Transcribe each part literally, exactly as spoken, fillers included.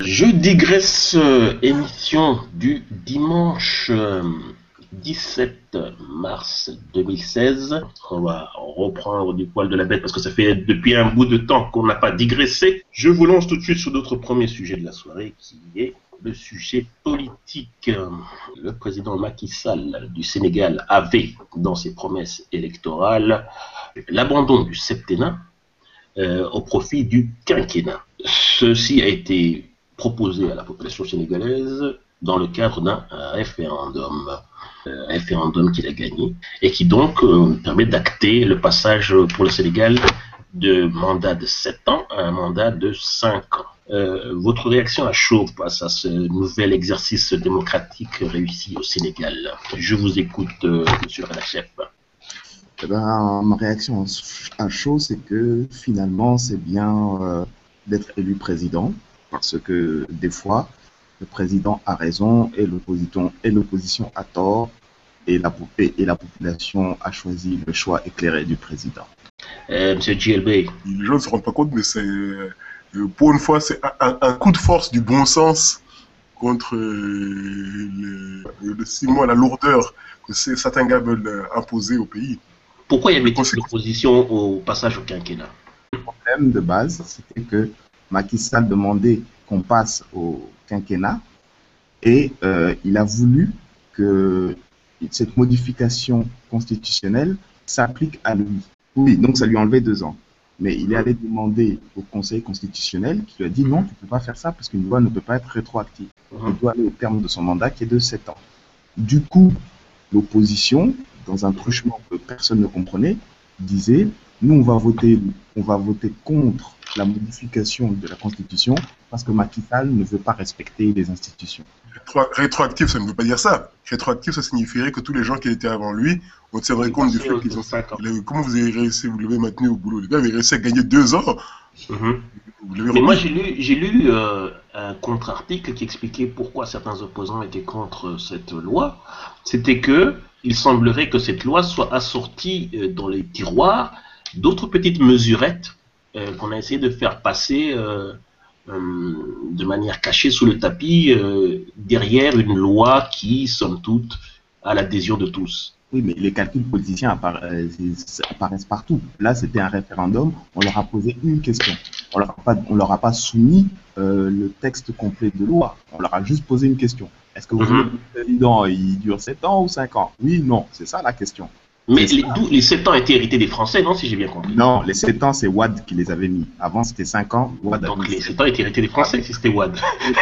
Je digresse, euh, émission du dimanche euh, dix-sept mars deux mille seize. On va reprendre du poil de la bête parce que ça fait depuis un bout de temps qu'on n'a pas digressé. Je vous lance tout de suite sur notre premier sujet de la soirée qui est le sujet politique. Le président Macky Sall du Sénégal avait dans ses promesses électorales l'abandon du septennat euh, au profit du quinquennat. Ceci a été proposé à la population sénégalaise dans le cadre d'un référendum, un référendum qu'il a gagné et qui donc euh, permet d'acter le passage pour le Sénégal de mandat de sept ans à un mandat de cinq ans. Euh, votre réaction à chaud face à ce nouvel exercice démocratique réussi au Sénégal? Je vous écoute, euh, monsieur Radachef. Eh ben, ma réaction à chaud, c'est que finalement, c'est bien euh, d'être élu président, parce que des fois, le président a raison et l'opposition et l'opposition a tort, et la, et, et la population a choisi le choix éclairé du président. Euh, monsieur G L B. Les gens ne se rendent pas compte, mais c'est euh, pour une fois, c'est un, un coup de force du bon sens contre euh, le, le six mois, la lourdeur que certains gars veulent imposer au pays. Pourquoi il y avait une opposition au passage au quinquennat? Le problème de base, c'était que Macky Sall demandait qu'on passe au quinquennat et euh, il a voulu que cette modification constitutionnelle s'applique à lui. Oui, donc ça lui enlevait deux ans. Mais il est allé demander au Conseil constitutionnel qui lui a dit non, tu ne peux pas faire ça parce qu'une loi ne peut pas être rétroactive. Elle doit aller au terme de son mandat qui est de sept ans. Du coup, l'opposition, dans un truchement que personne ne comprenait, disait nous on va voter, on va voter contre la modification de la Constitution parce que Macky Sall ne veut pas respecter les institutions. Rétroactif, ça ne veut pas dire ça. Rétroactif, ça signifierait que tous les gens qui étaient avant lui, on tiendrait compte du fait qu'ils ont cinq ans. Comment vous avez réussi, vous l'avez maintenu au boulot? Les gars, vous avez réussi à gagner deux ans. Mm-hmm. Mais moi, j'ai lu, j'ai lu euh, un contre-article qui expliquait pourquoi certains opposants étaient contre cette loi. C'était que il semblerait que cette loi soit assortie euh, dans les tiroirs d'autres petites mesurettes euh, qu'on a essayé de faire passer euh, euh, de manière cachée sous le tapis euh, derrière une loi qui, somme toute, a l'adhésion de tous. Oui, mais les calculs politiciens apparaissent, apparaissent partout. Là, c'était un référendum, on leur a posé une question. On leur a pas, on leur a pas soumis euh, le texte complet de loi. On leur a juste posé une question. Est-ce que vous voulez que le président il dure sept ans ou cinq ans? Oui, non, c'est ça la question. Mais les, les sept ans étaient hérités des Français, non, si j'ai bien compris? Non, les sept ans, c'est Wade qui les avait mis. Avant, c'était cinq ans. Wade Donc les sept ans étaient hérités des Français, si c'était Wade.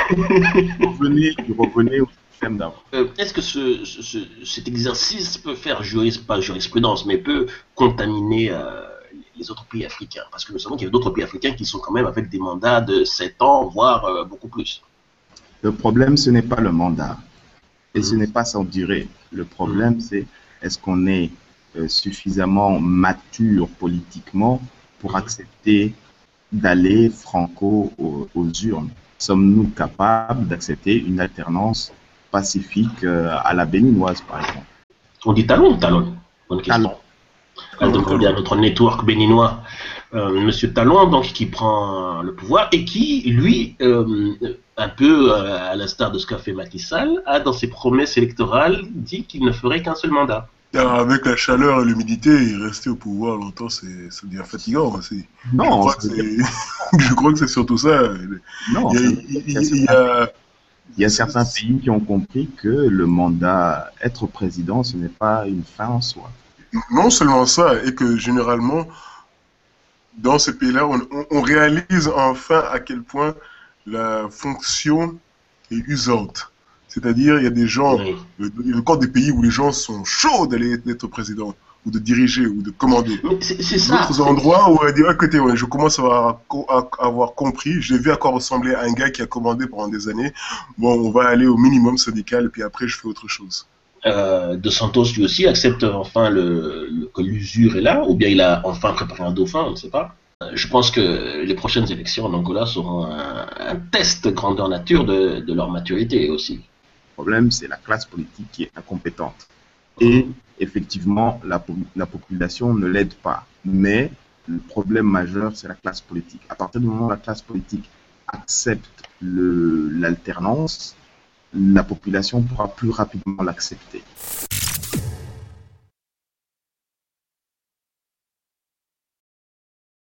Il revenait, il revenait au système d'avant. Euh, Est-ce que ce, ce, cet exercice peut faire juris, pas jurisprudence, mais peut contaminer euh, les autres pays africains? Parce que nous savons qu'il y a d'autres pays africains qui sont quand même avec des mandats de sept ans, voire euh, beaucoup plus. Le problème, ce n'est pas le mandat. Et mmh. ce n'est pas sa durée. Le problème, mmh. c'est est-ce qu'on est euh, suffisamment mature politiquement pour mmh. accepter d'aller franco aux, aux urnes? Sommes-nous capables d'accepter une alternance pacifique euh, à la béninoise, par exemple? On dit talon ou talon? Bonne question. Talon. Elle demande à notre network béninois, euh, Monsieur Talon, donc qui prend le pouvoir et qui, lui, euh, un peu euh, à l'instar de ce qu'a fait Macky Sall, a dans ses promesses électorales dit qu'il ne ferait qu'un seul mandat. Alors, avec la chaleur et l'humidité, rester au pouvoir longtemps, c'est devient fatigant aussi. Non, je crois, que je crois que c'est surtout ça. Non, il y a, il y a, il y a, il y a certains pays qui ont compris que le mandat, être président, ce n'est pas une fin en soi. Non seulement ça, et que généralement, dans ces pays-là, on, on, on réalise enfin à quel point la fonction est usante. C'est-à-dire, il y a des gens, oui. il y a encore des pays où les gens sont chauds d'aller être président, ou de diriger, ou de commander. C'est ça. D'autres endroits où on va dire, écoutez, ouais, je commence à avoir, à avoir compris, j'ai vu à quoi ressemblait un gars qui a commandé pendant des années. Bon, on va aller au minimum syndical, et puis après, je fais autre chose. Euh, De Santos lui aussi accepte enfin le, le, que l'usure est là, ou bien il a enfin préparé un dauphin, on ne sait pas. Euh, je pense que les prochaines élections en Angola seront un, un test grandeur nature de, de leur maturité aussi. Le problème, c'est la classe politique qui est incompétente. Et effectivement, la, la population ne l'aide pas. Mais le problème majeur, c'est la classe politique. À partir du moment où la classe politique accepte le- l'alternance, la population pourra plus rapidement l'accepter.